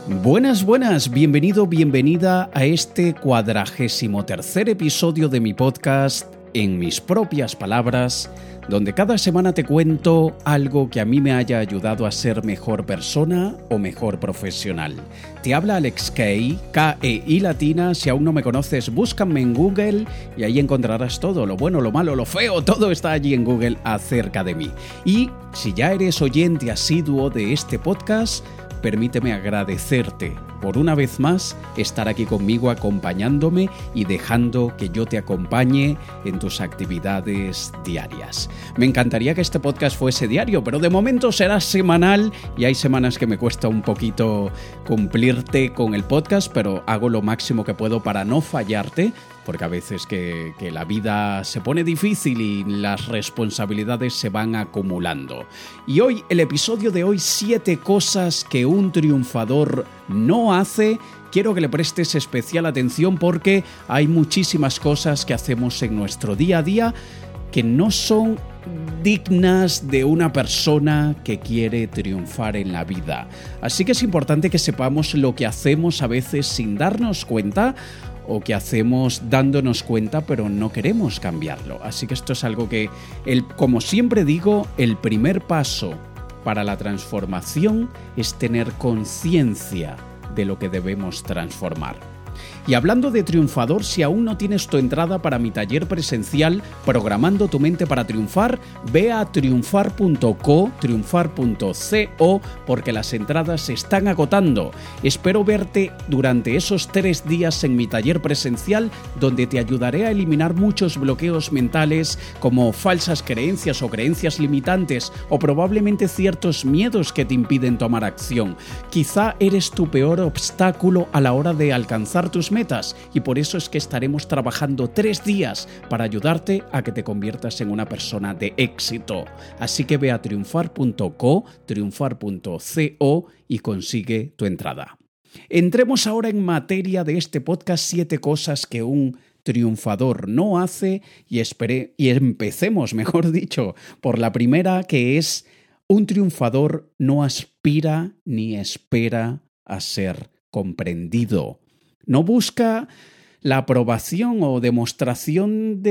Buenas, bienvenido, bienvenida a este 43º episodio de mi podcast En mis propias palabras, donde cada semana te cuento algo que a mí me haya ayudado a ser mejor persona o mejor profesional. Te habla Alex Key, K-E-I latina. Si aún no me conoces, búscame en Google y ahí encontrarás todo, lo bueno, lo malo, lo feo, todo está allí en Google acerca de mí. Y si ya eres oyente asiduo de este podcast, permíteme agradecerte por una vez más estar aquí conmigo acompañándome y dejando que yo te acompañe en tus actividades diarias. Me encantaría que este podcast fuese diario, pero de momento será semanal y hay semanas que me cuesta un poquito cumplirte con el podcast, pero hago lo máximo que puedo para no fallarte, porque a veces que la vida se pone difícil y las responsabilidades se van acumulando. Y hoy, el episodio de hoy, 7 cosas que un triunfador no hace. Quiero que le prestes especial atención porque hay muchísimas cosas que hacemos en nuestro día a día que no son dignas de una persona que quiere triunfar en la vida. Así que es importante que sepamos lo que hacemos a veces sin darnos cuenta o que hacemos dándonos cuenta pero no queremos cambiarlo. Así que esto es algo que, como siempre digo, el primer paso para la transformación es tener conciencia de lo que debemos transformar. Y hablando de triunfador, si aún no tienes tu entrada para mi taller presencial Programando tu mente para triunfar, ve a triunfar.co, porque las entradas se están agotando. Espero verte durante esos 3 días en mi taller presencial, donde te ayudaré a eliminar muchos bloqueos mentales como falsas creencias o creencias limitantes o probablemente ciertos miedos que te impiden tomar acción. Quizá eres tu peor obstáculo a la hora de alcanzar tus metas y por eso es que estaremos trabajando 3 días para ayudarte a que te conviertas en una persona de éxito. Así que ve a triunfar.co y consigue tu entrada. Entremos ahora en materia de este podcast, 7 cosas que un triunfador no hace y empecemos, mejor dicho, por la primera, que es: un triunfador no aspira ni espera a ser comprendido. No busca la aprobación o demostración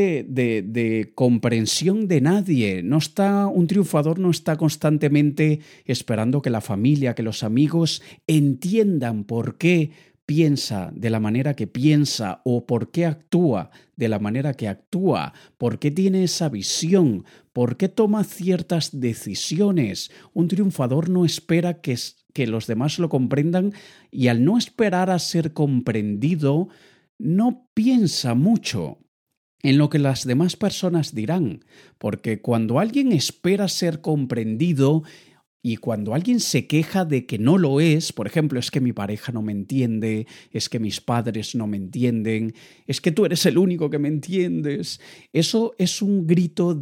de comprensión de nadie. Un triunfador no está constantemente esperando que la familia, que los amigos entiendan por qué piensa de la manera que piensa o por qué actúa de la manera que actúa, por qué tiene esa visión, por qué toma ciertas decisiones. Un triunfador no espera que los demás lo comprendan y al no esperar a ser comprendido, no piensa mucho en lo que las demás personas dirán, porque cuando alguien espera ser comprendido y cuando alguien se queja de que no lo es, por ejemplo, es que mi pareja no me entiende, es que mis padres no me entienden, es que tú eres el único que me entiendes, eso es un grito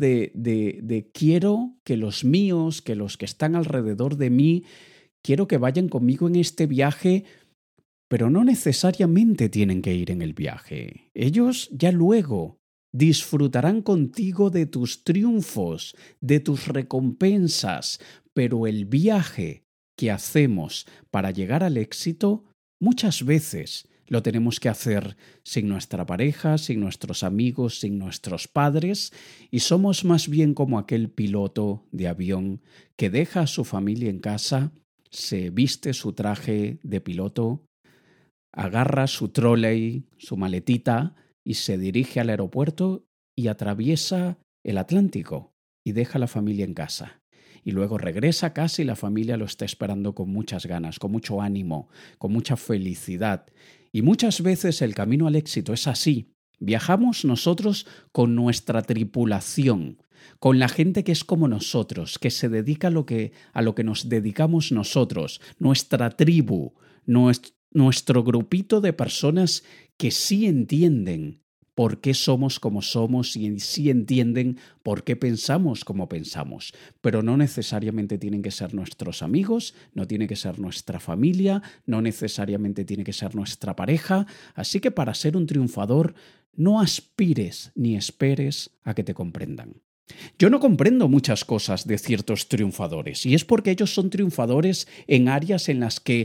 de quiero que los míos, que los que están alrededor de mí, quiero que vayan conmigo en este viaje, pero no necesariamente tienen que ir en el viaje. Ellos ya luego disfrutarán contigo de tus triunfos, de tus recompensas, pero el viaje que hacemos para llegar al éxito muchas veces lo tenemos que hacer sin nuestra pareja, sin nuestros amigos, sin nuestros padres, y somos más bien como aquel piloto de avión que deja a su familia en casa, se viste su traje de piloto, agarra su trolley, su maletita y se dirige al aeropuerto y atraviesa el Atlántico y deja a la familia en casa. Y luego regresa a casa y la familia lo está esperando con muchas ganas, con mucho ánimo, con mucha felicidad. Y muchas veces el camino al éxito es así. Viajamos nosotros con nuestra tripulación, con la gente que es como nosotros, que se dedica a lo que nos dedicamos nosotros, nuestra tribu, nuestro grupito de personas que sí entienden por qué somos como somos y sí entienden por qué pensamos como pensamos, pero no necesariamente tienen que ser nuestros amigos, no tiene que ser nuestra familia, no necesariamente tiene que ser nuestra pareja, así que para ser un triunfador no aspires ni esperes a que te comprendan. Yo no comprendo muchas cosas de ciertos triunfadores y es porque ellos son triunfadores en áreas en las que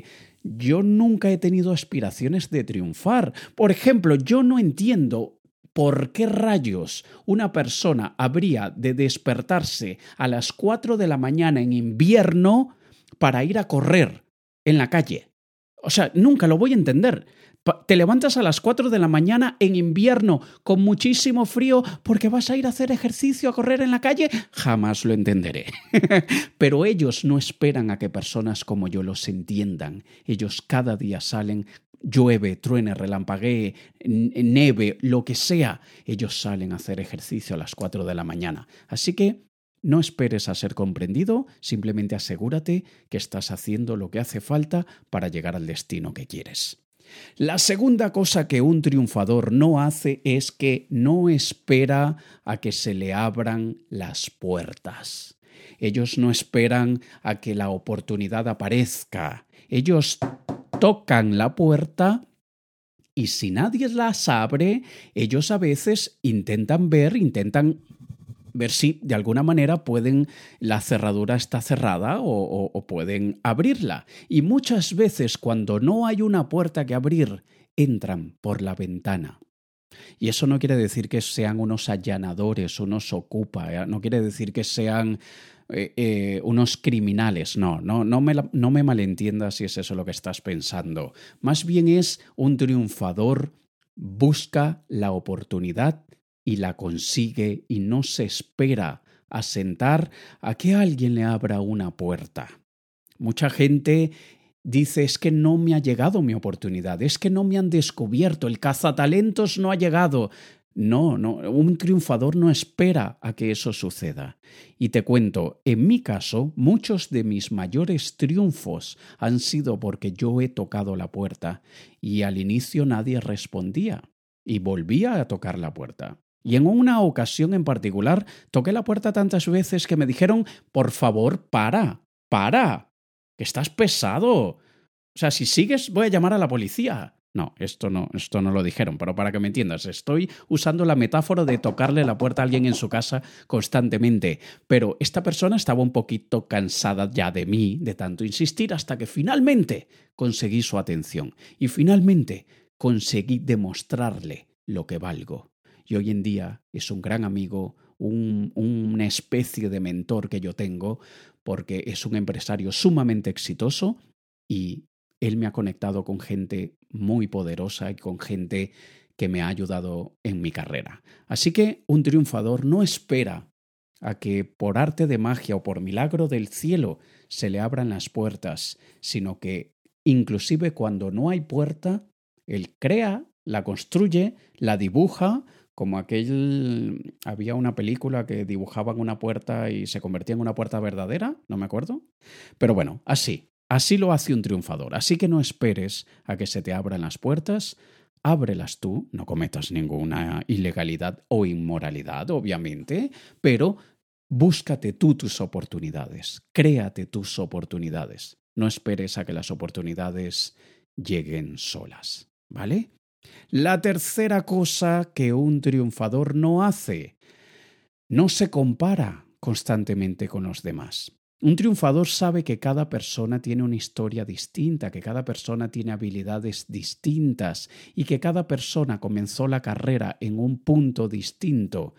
yo nunca he tenido aspiraciones de triunfar. Por ejemplo, yo no entiendo por qué rayos una persona habría de despertarse a las 4 de la mañana en invierno para ir a correr en la calle. O sea, nunca lo voy a entender. Te levantas a las 4 de la mañana en invierno con muchísimo frío porque vas a ir a hacer ejercicio, a correr en la calle. Jamás lo entenderé. Pero ellos no esperan a que personas como yo los entiendan. Ellos cada día salen, llueve, truene, relampaguee, neve, lo que sea. Ellos salen a hacer ejercicio a las 4 de la mañana. Así que no esperes a ser comprendido, simplemente asegúrate que estás haciendo lo que hace falta para llegar al destino que quieres. La segunda cosa que un triunfador no hace es que no espera a que se le abran las puertas. Ellos no esperan a que la oportunidad aparezca. Ellos tocan la puerta y si nadie las abre, ellos a veces intentan ver si de alguna manera la cerradura está cerrada o pueden abrirla. Y muchas veces cuando no hay una puerta que abrir, entran por la ventana. Y eso no quiere decir que sean unos allanadores, unos ocupa, no quiere decir que sean unos criminales. No me malentiendas si es eso lo que estás pensando. Más bien es un triunfador, busca la oportunidad y la consigue y no se espera a sentar a que alguien le abra una puerta. Mucha gente dice, es que no me ha llegado mi oportunidad, es que no me han descubierto, el cazatalentos no ha llegado. No, un triunfador no espera a que eso suceda. Y te cuento, en mi caso, muchos de mis mayores triunfos han sido porque yo he tocado la puerta y al inicio nadie respondía y volvía a tocar la puerta. Y en una ocasión en particular toqué la puerta tantas veces que me dijeron, por favor, para, que estás pesado. O sea, si sigues voy a llamar a la policía. No, esto no lo dijeron, pero para que me entiendas, estoy usando la metáfora de tocarle la puerta a alguien en su casa constantemente. Pero esta persona estaba un poquito cansada ya de mí, de tanto insistir, hasta que finalmente conseguí su atención. Y finalmente conseguí demostrarle lo que valgo. Y hoy en día es un gran amigo, una especie de mentor que yo tengo, porque es un empresario sumamente exitoso y él me ha conectado con gente muy poderosa y con gente que me ha ayudado en mi carrera. Así que un triunfador no espera a que por arte de magia o por milagro del cielo se le abran las puertas, sino que inclusive cuando no hay puerta, él crea, la construye, la dibuja, como había una película que dibujaban una puerta y se convertía en una puerta verdadera, no me acuerdo. Pero bueno, así lo hace un triunfador. Así que no esperes a que se te abran las puertas, ábrelas tú, no cometas ninguna ilegalidad o inmoralidad, obviamente, pero búscate tú tus oportunidades, créate tus oportunidades. No esperes a que las oportunidades lleguen solas, ¿vale? La tercera cosa que un triunfador no hace, no se compara constantemente con los demás. Un triunfador sabe que cada persona tiene una historia distinta, que cada persona tiene habilidades distintas y que cada persona comenzó la carrera en un punto distinto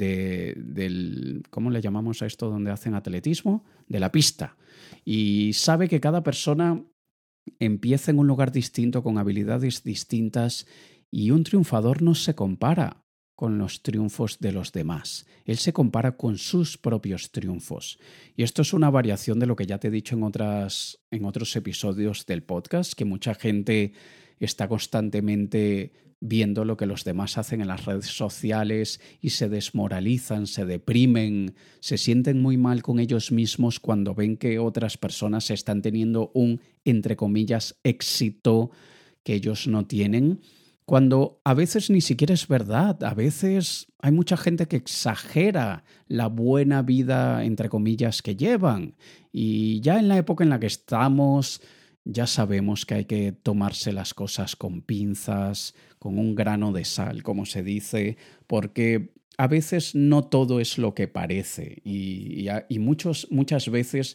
¿cómo le llamamos a esto donde hacen atletismo? De la pista. Y sabe que cada persona empieza en un lugar distinto, con habilidades distintas, y un triunfador no se compara con los triunfos de los demás. Él se compara con sus propios triunfos. Y esto es una variación de lo que ya te he dicho en otros episodios del podcast, que mucha gente está constantemente viendo lo que los demás hacen en las redes sociales y se desmoralizan, se deprimen, se sienten muy mal con ellos mismos cuando ven que otras personas están teniendo un, entre comillas, éxito que ellos no tienen, cuando a veces ni siquiera es verdad. A veces hay mucha gente que exagera la buena vida, entre comillas, que llevan. Y ya en la época en la que estamos, ya sabemos que hay que tomarse las cosas con pinzas, con un grano de sal, como se dice, porque a veces no todo es lo que parece y muchas veces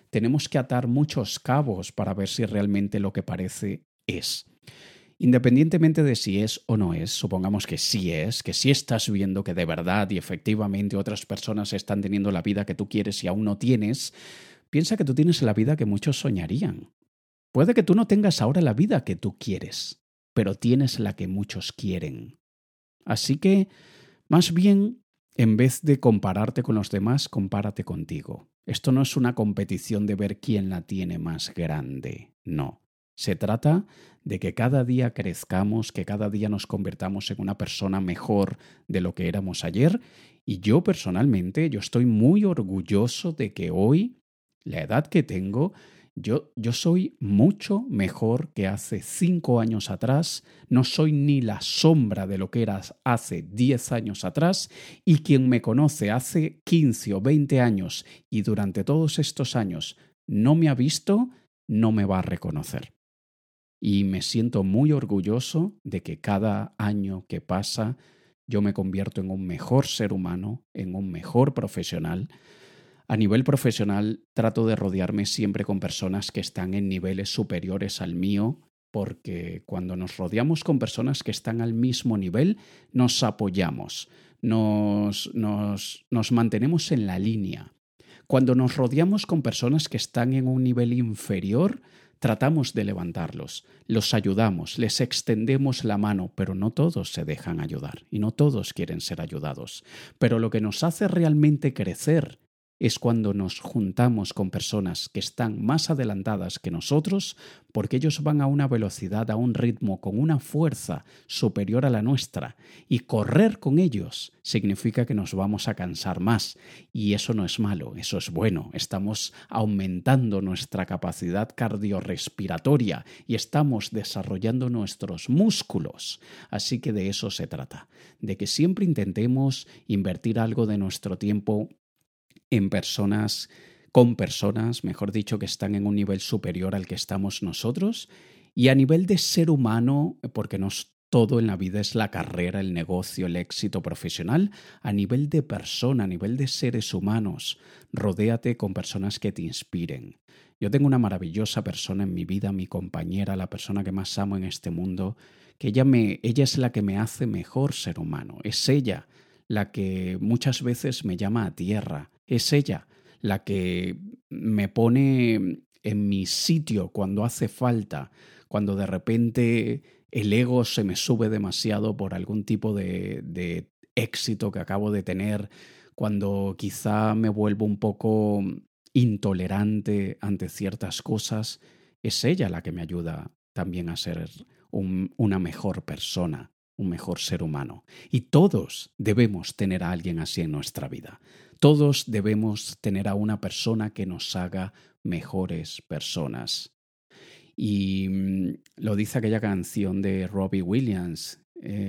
tenemos que atar muchos cabos para ver si realmente lo que parece es. Independientemente de si es o no es, supongamos que sí es, que sí estás viendo que de verdad y efectivamente otras personas están teniendo la vida que tú quieres y aún no tienes, piensa que tú tienes la vida que muchos soñarían. Puede que tú no tengas ahora la vida que tú quieres, pero tienes la que muchos quieren. Así que, más bien, en vez de compararte con los demás, compárate contigo. Esto no es una competición de ver quién la tiene más grande, no. Se trata de que cada día crezcamos, que cada día nos convirtamos en una persona mejor de lo que éramos ayer. Y yo personalmente, yo estoy muy orgulloso de que hoy, la edad que tengo, yo soy mucho mejor que hace 5 años atrás, no soy ni la sombra de lo que era hace 10 años atrás, y quien me conoce hace 15 o 20 años y durante todos estos años no me ha visto, no me va a reconocer. Y me siento muy orgulloso de que cada año que pasa yo me convierto en un mejor ser humano, en un mejor profesional. A nivel profesional trato de rodearme siempre con personas que están en niveles superiores al mío, porque cuando nos rodeamos con personas que están al mismo nivel, nos apoyamos, nos mantenemos en la línea. Cuando nos rodeamos con personas que están en un nivel inferior, tratamos de levantarlos, los ayudamos, les extendemos la mano, pero no todos se dejan ayudar y no todos quieren ser ayudados. Pero lo que nos hace realmente crecer es cuando nos juntamos con personas que están más adelantadas que nosotros, porque ellos van a una velocidad, a un ritmo, con una fuerza superior a la nuestra, y correr con ellos significa que nos vamos a cansar más, y eso no es malo, eso es bueno. Estamos aumentando nuestra capacidad cardiorrespiratoria y estamos desarrollando nuestros músculos. Así que de eso se trata, de que siempre intentemos invertir algo de nuestro tiempo en personas, con personas, mejor dicho, que están en un nivel superior al que estamos nosotros, y a nivel de ser humano, porque no es todo en la vida es la carrera, el negocio, el éxito profesional, a nivel de persona, a nivel de seres humanos, rodéate con personas que te inspiren. Yo tengo una maravillosa persona en mi vida, mi compañera, la persona que más amo en este mundo, que ella es la que me hace mejor ser humano, es ella la que muchas veces me llama a tierra. Es ella la que me pone en mi sitio cuando hace falta, cuando de repente el ego se me sube demasiado por algún tipo de éxito que acabo de tener, cuando quizá me vuelvo un poco intolerante ante ciertas cosas. Es ella la que me ayuda también a ser una mejor persona, un mejor ser humano. Y todos debemos tener a alguien así en nuestra vida. Todos debemos tener a una persona que nos haga mejores personas. Y lo dice aquella canción de Robbie Williams.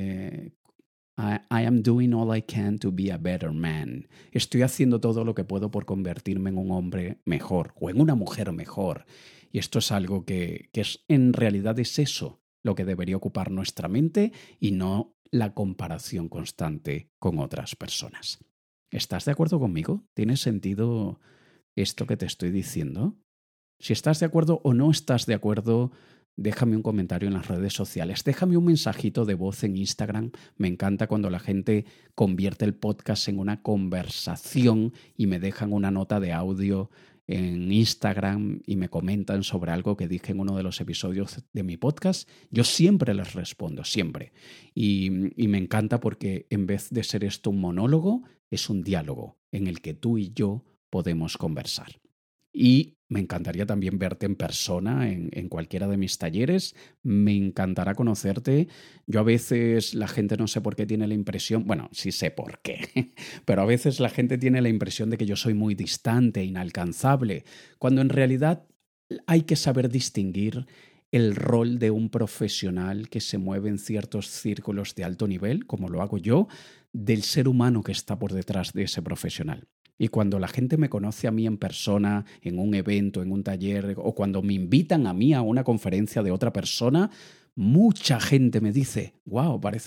I am doing all I can to be a better man. Estoy haciendo todo lo que puedo por convertirme en un hombre mejor o en una mujer mejor. Y esto es algo que en realidad es eso lo que debería ocupar nuestra mente y no la comparación constante con otras personas. ¿Estás de acuerdo conmigo? ¿Tiene sentido esto que te estoy diciendo? Si estás de acuerdo o no estás de acuerdo, déjame un comentario en las redes sociales. Déjame un mensajito de voz en Instagram. Me encanta cuando la gente convierte el podcast en una conversación y me dejan una nota de audio en Instagram y me comentan sobre algo que dije en uno de los episodios de mi podcast. Yo siempre les respondo, siempre. Y me encanta porque en vez de ser esto un monólogo, es un diálogo en el que tú y yo podemos conversar. Y me encantaría también verte en persona en cualquiera de mis talleres. Me encantará conocerte. Yo a veces la gente no sé por qué tiene la impresión, bueno, sí sé por qué, pero a veces la gente tiene la impresión de que yo soy muy distante, inalcanzable, cuando en realidad hay que saber distinguir el rol de un profesional que se mueve en ciertos círculos de alto nivel, como lo hago yo, del ser humano que está por detrás de ese profesional. Y cuando la gente me conoce a mí en persona, en un evento, en un taller, o cuando me invitan a mí a una conferencia de otra persona, mucha gente me dice, wow, pareces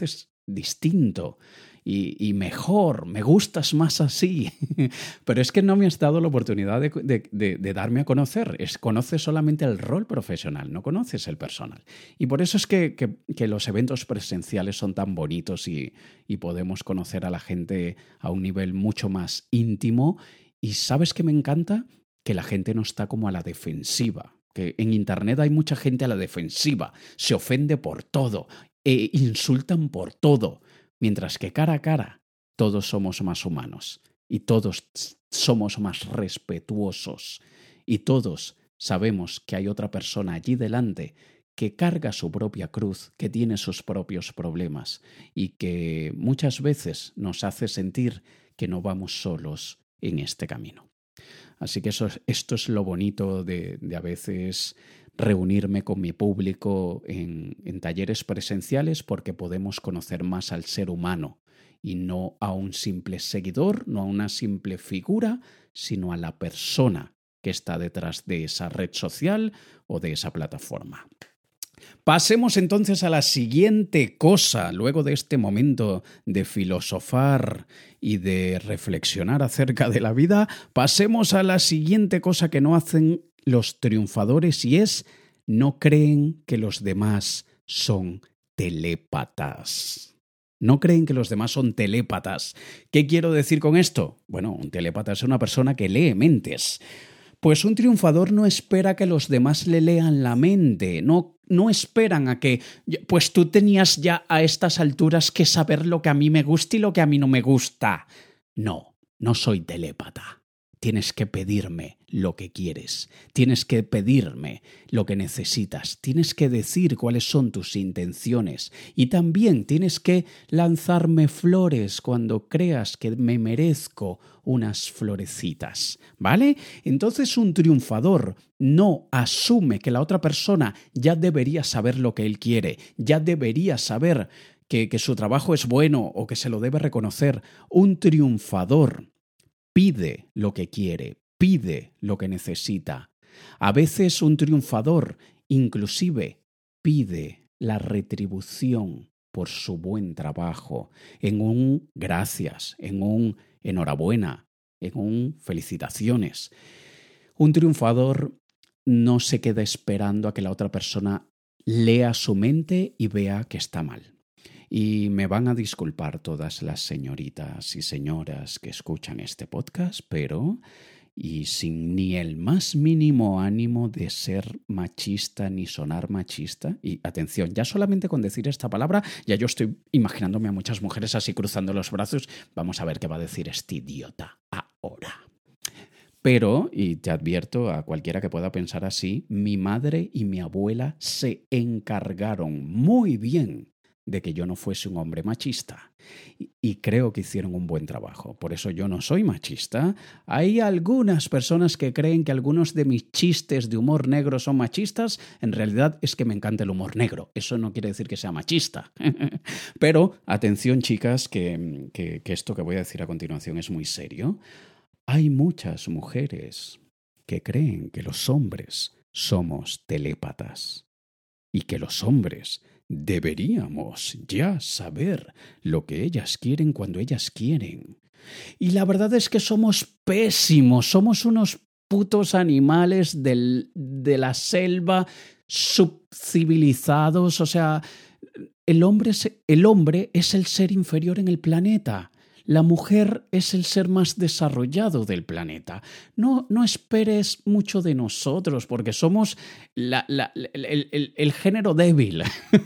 distinto y mejor, me gustas más así. Pero es que no me has dado la oportunidad de darme a conocer. Conoces solamente el rol profesional, no conoces el personal. Y por eso es que los eventos presenciales son tan bonitos y podemos conocer a la gente a un nivel mucho más íntimo. Y ¿sabes qué me encanta? Que la gente no está como a la defensiva. Que en Internet hay mucha gente a la defensiva, se ofende por todo, insultan por todo. Mientras que cara a cara todos somos más humanos y todos somos más respetuosos y todos sabemos que hay otra persona allí delante que carga su propia cruz, que tiene sus propios problemas y que muchas veces nos hace sentir que no vamos solos en este camino. Así que esto es lo bonito de a veces reunirme con mi público en talleres presenciales, porque podemos conocer más al ser humano y no a un simple seguidor, no a una simple figura, sino a la persona que está detrás de esa red social o de esa plataforma. Pasemos entonces a la siguiente cosa, luego de este momento de filosofar y de reflexionar acerca de la vida, pasemos a la siguiente cosa que no hacen los triunfadores y es: no creen que los demás son telépatas. No creen que los demás son telépatas. ¿Qué quiero decir con esto? Bueno, un telépata es una persona que lee mentes. Pues un triunfador no espera que los demás le lean la mente, no esperan a que, pues tú tenías ya a estas alturas que saber lo que a mí me gusta y lo que a mí no me gusta. No soy telépata. Tienes que pedirme lo que quieres, tienes que pedirme lo que necesitas, tienes que decir cuáles son tus intenciones y también tienes que lanzarme flores cuando creas que me merezco unas florecitas, ¿vale? Entonces un triunfador no asume que la otra persona ya debería saber lo que él quiere, ya debería saber que su trabajo es bueno o que se lo debe reconocer. Un triunfador pide lo que quiere, pide lo que necesita. A veces un triunfador inclusive pide la retribución por su buen trabajo, en un gracias, en un enhorabuena, en un felicitaciones. Un triunfador no se queda esperando a que la otra persona lea su mente y vea que está mal. Y me van a disculpar todas las señoritas y señoras que escuchan este podcast, pero, y sin ni el más mínimo ánimo de ser machista ni sonar machista, y atención, ya solamente con decir esta palabra, ya yo estoy imaginándome a muchas mujeres así cruzando los brazos. Vamos a ver qué va a decir este idiota ahora. Pero, y te advierto a cualquiera que pueda pensar así, mi madre y mi abuela se encargaron muy bien de que yo no fuese un hombre machista. Y creo que hicieron un buen trabajo. Por eso yo no soy machista. Hay algunas personas que creen que algunos de mis chistes de humor negro son machistas. En realidad es que me encanta el humor negro. Eso no quiere decir que sea machista. Pero atención, chicas, que esto que voy a decir a continuación es muy serio. Hay muchas mujeres que creen que los hombres somos telépatas y que los hombres deberíamos ya saber lo que ellas quieren cuando ellas quieren. Y la verdad es que somos pésimos, somos unos putos animales de la selva, subcivilizados. O sea, el hombre es el ser inferior en el planeta. La mujer es el ser más desarrollado del planeta. No esperes mucho de nosotros porque somos el género débil.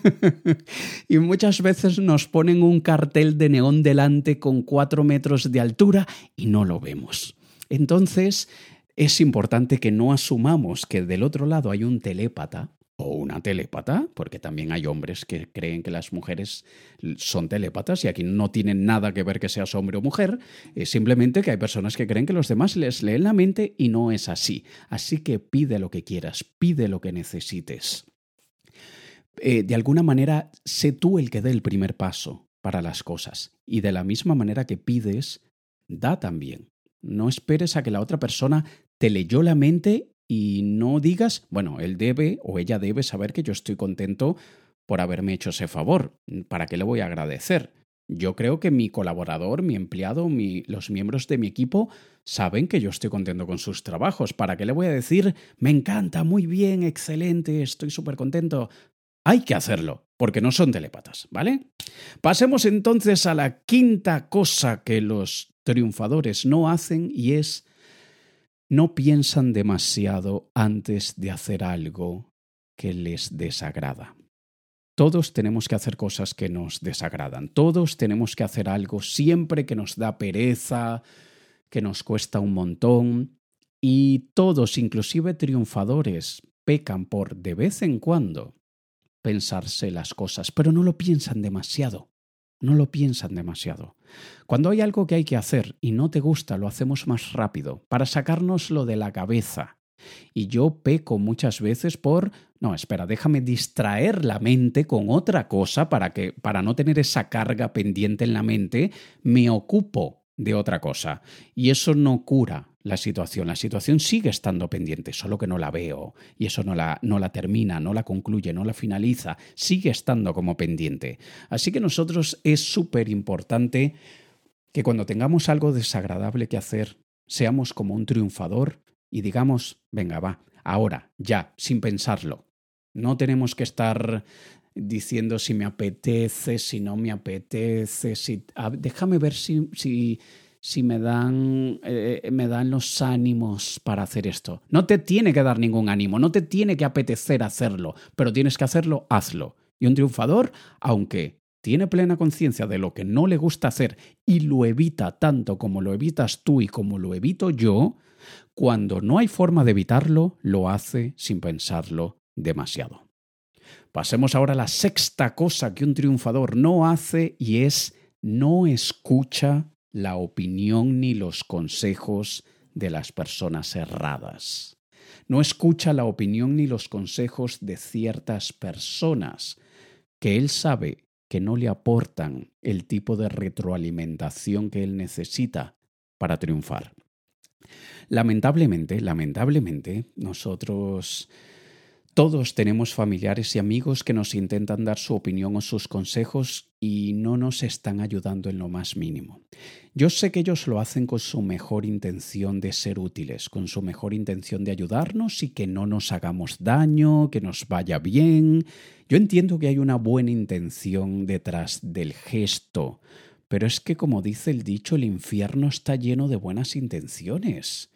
Y muchas veces nos ponen un cartel de neón delante con 4 metros de altura y no lo vemos. Entonces, es importante que no asumamos que del otro lado hay un telépata o una telépata, porque también hay hombres que creen que las mujeres son telépatas y aquí no tienen nada que ver que seas hombre o mujer, es simplemente que hay personas que creen que los demás les leen la mente y no es así. Así que pide lo que quieras, pide lo que necesites. De alguna manera, sé tú el que dé el primer paso para las cosas y de la misma manera que pides, da también. No esperes a que la otra persona te leyó la mente y no digas, bueno, él debe o ella debe saber que yo estoy contento por haberme hecho ese favor. ¿Para qué le voy a agradecer? Yo creo que mi colaborador, mi empleado, los miembros de mi equipo saben que yo estoy contento con sus trabajos. ¿Para qué le voy a decir, me encanta, muy bien, excelente, estoy súper contento? Hay que hacerlo, porque no son telépatas, ¿vale? Pasemos entonces a la quinta cosa que los triunfadores no hacen y es no piensan demasiado antes de hacer algo que les desagrada. Todos tenemos que hacer cosas que nos desagradan. Todos tenemos que hacer algo siempre que nos da pereza, que nos cuesta un montón. Y todos, inclusive triunfadores, pecan por de vez en cuando pensarse las cosas, pero no lo piensan demasiado. No lo piensan demasiado. Cuando hay algo que hay que hacer y no te gusta, lo hacemos más rápido, para sacárnoslo de la cabeza. Y yo peco muchas veces por, no, espera, déjame distraer la mente con otra cosa para no tener esa carga pendiente en la mente, me ocupo de otra cosa. Y eso no cura la situación sigue estando pendiente, solo que no la veo y eso no la termina, no la concluye, no la finaliza, sigue estando como pendiente. Así que nosotros es súper importante que cuando tengamos algo desagradable que hacer, seamos como un triunfador y digamos, venga, va, ahora, ya, sin pensarlo. No tenemos que estar diciendo si me apetece, si no me apetece, déjame ver si me dan los ánimos para hacer esto. No te tiene que dar ningún ánimo, no te tiene que apetecer hacerlo, pero tienes que hacerlo, hazlo. Y un triunfador, aunque tiene plena conciencia de lo que no le gusta hacer y lo evita tanto como lo evitas tú y como lo evito yo, cuando no hay forma de evitarlo, lo hace sin pensarlo demasiado. Pasemos ahora a la sexta cosa que un triunfador no hace y es no escucha la opinión ni los consejos de las personas erradas. No escucha la opinión ni los consejos de ciertas personas que él sabe que no le aportan el tipo de retroalimentación que él necesita para triunfar. Lamentablemente, nosotros todos tenemos familiares y amigos que nos intentan dar su opinión o sus consejos y no nos están ayudando en lo más mínimo. Yo sé que ellos lo hacen con su mejor intención de ser útiles, con su mejor intención de ayudarnos y que no nos hagamos daño, que nos vaya bien. Yo entiendo que hay una buena intención detrás del gesto, pero es que, como dice el dicho, el infierno está lleno de buenas intenciones.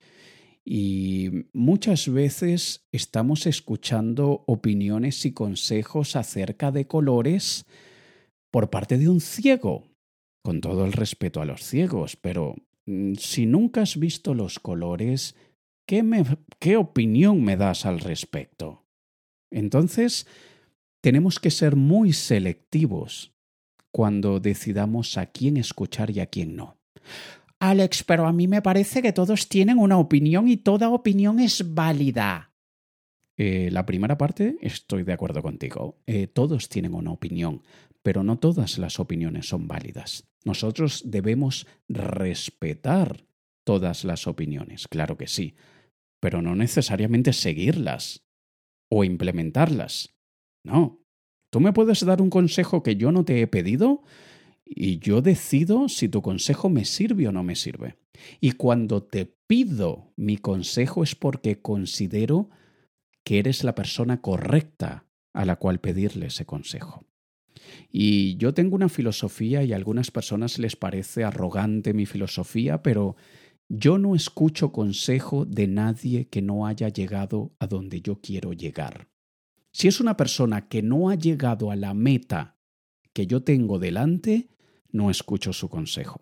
Y muchas veces estamos escuchando opiniones y consejos acerca de colores por parte de un ciego, con todo el respeto a los ciegos, pero si nunca has visto los colores, ¿qué opinión me das al respecto? Entonces, tenemos que ser muy selectivos cuando decidamos a quién escuchar y a quién no. Alex, pero a mí me parece que todos tienen una opinión y toda opinión es válida. La primera parte, estoy de acuerdo contigo. Todos tienen una opinión, pero no todas las opiniones son válidas. Nosotros debemos respetar todas las opiniones, claro que sí, pero no necesariamente seguirlas o implementarlas. No. ¿Tú me puedes dar un consejo que yo no te he pedido? Y yo decido si tu consejo me sirve o no me sirve. Y cuando te pido mi consejo es porque considero que eres la persona correcta a la cual pedirle ese consejo. Y yo tengo una filosofía y a algunas personas les parece arrogante mi filosofía, pero yo no escucho consejo de nadie que no haya llegado a donde yo quiero llegar. Si es una persona que no ha llegado a la meta que yo tengo delante, no escucho su consejo.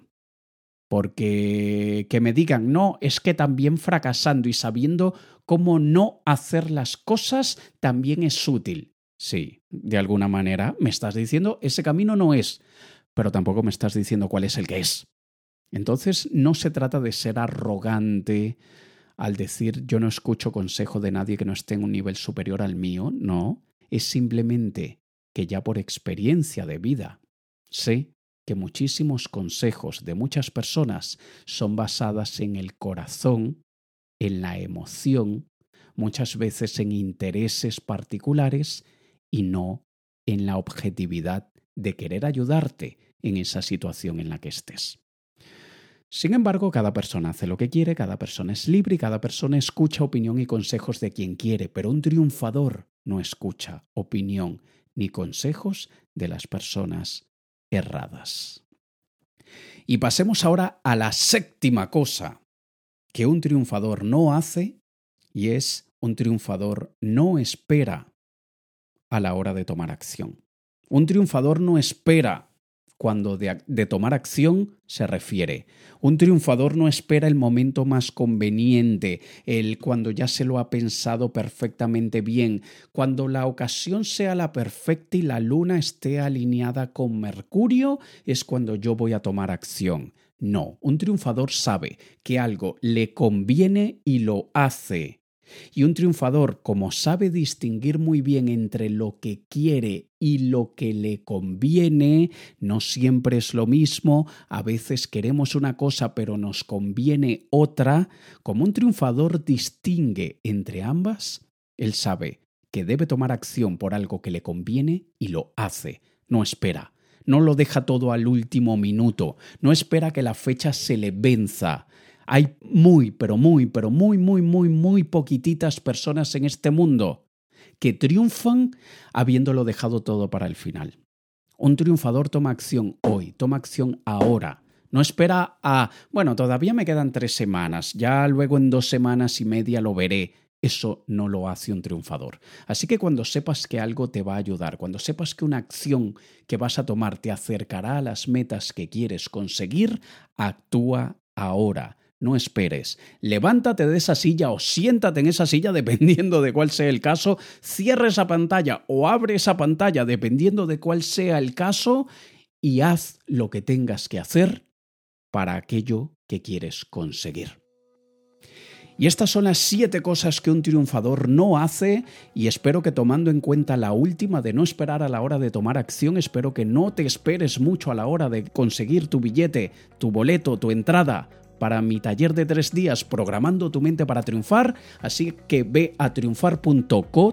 Porque que me digan, no, es que también fracasando y sabiendo cómo no hacer las cosas también es útil. Sí, de alguna manera me estás diciendo ese camino no es, pero tampoco me estás diciendo cuál es el que es. Entonces no se trata de ser arrogante al decir yo no escucho consejo de nadie que no esté en un nivel superior al mío, no, es simplemente que ya por experiencia de vida sé que muchísimos consejos de muchas personas son basadas en el corazón, en la emoción, muchas veces en intereses particulares y no en la objetividad de querer ayudarte en esa situación en la que estés. Sin embargo, cada persona hace lo que quiere, cada persona es libre y cada persona escucha opinión y consejos de quien quiere, pero un triunfador no escucha opinión ni consejos de las personas erradas. Y pasemos ahora a la séptima cosa que un triunfador no hace, y es un triunfador no espera a la hora de tomar acción. Un triunfador no espera cuando de tomar acción se refiere. Un triunfador no espera el momento más conveniente, cuando ya se lo ha pensado perfectamente bien, cuando la ocasión sea la perfecta y la luna esté alineada con Mercurio, es cuando yo voy a tomar acción. No, un triunfador sabe que algo le conviene y lo hace. Y un triunfador, como sabe distinguir muy bien entre lo que quiere y lo que le conviene, no siempre es lo mismo, a veces queremos una cosa pero nos conviene otra, como un triunfador distingue entre ambas, él sabe que debe tomar acción por algo que le conviene y lo hace, no espera. No lo deja todo al último minuto, no espera que la fecha se le venza. Hay muy poquititas personas en este mundo que triunfan habiéndolo dejado todo para el final. Un triunfador toma acción hoy, toma acción ahora. No espera todavía me quedan 3 semanas, ya luego en 2 semanas y media lo veré. Eso no lo hace un triunfador. Así que cuando sepas que algo te va a ayudar, cuando sepas que una acción que vas a tomar te acercará a las metas que quieres conseguir, actúa ahora. No esperes. Levántate de esa silla o siéntate en esa silla dependiendo de cuál sea el caso. Cierra esa pantalla o abre esa pantalla dependiendo de cuál sea el caso y haz lo que tengas que hacer para aquello que quieres conseguir. Y estas son las 7 cosas que un triunfador no hace y espero que tomando en cuenta la última de no esperar a la hora de tomar acción, espero que no te esperes mucho a la hora de conseguir tu billete, tu boleto, tu entrada para mi taller de 3 días programando tu mente para triunfar, así que ve a triunfar.co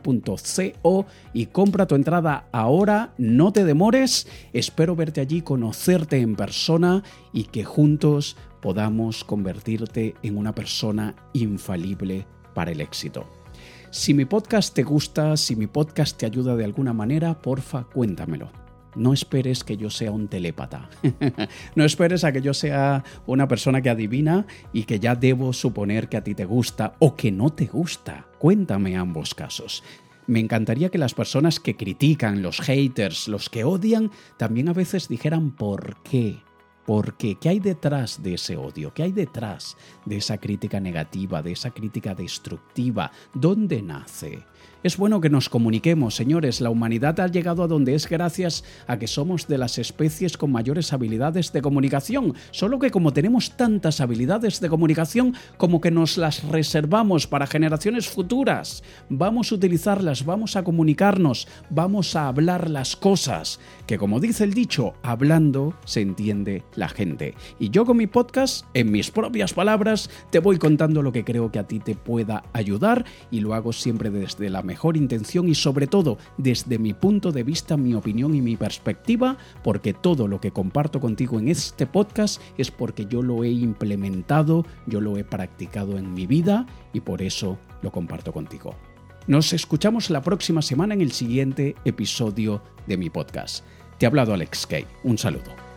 y compra tu entrada ahora, no te demores, espero verte allí, conocerte en persona y que juntos podamos convertirte en una persona infalible para el éxito. Si mi podcast te gusta, si mi podcast te ayuda de alguna manera, porfa, cuéntamelo. No esperes que yo sea un telépata. No esperes a que yo sea una persona que adivina y que ya debo suponer que a ti te gusta o que no te gusta. Cuéntame ambos casos. Me encantaría que las personas que critican, los haters, los que odian, también a veces dijeran por qué. ¿Por qué? ¿Qué hay detrás de ese odio? ¿Qué hay detrás de esa crítica negativa, de esa crítica destructiva? ¿Dónde nace? Es bueno que nos comuniquemos, señores. La humanidad ha llegado a donde es gracias a que somos de las especies con mayores habilidades de comunicación. Solo que como tenemos tantas habilidades de comunicación, como que nos las reservamos para generaciones futuras. Vamos a utilizarlas, vamos a comunicarnos, vamos a hablar las cosas. Que como dice el dicho, hablando se entiende la gente. Y yo con mi podcast, en mis propias palabras, te voy contando lo que creo que a ti te pueda ayudar y lo hago siempre desde la mejor intención y sobre todo desde mi punto de vista, mi opinión y mi perspectiva, porque todo lo que comparto contigo en este podcast es porque yo lo he implementado, yo lo he practicado en mi vida y por eso lo comparto contigo. Nos escuchamos la próxima semana en el siguiente episodio de mi podcast. Te ha hablado Alex Kay. Un saludo.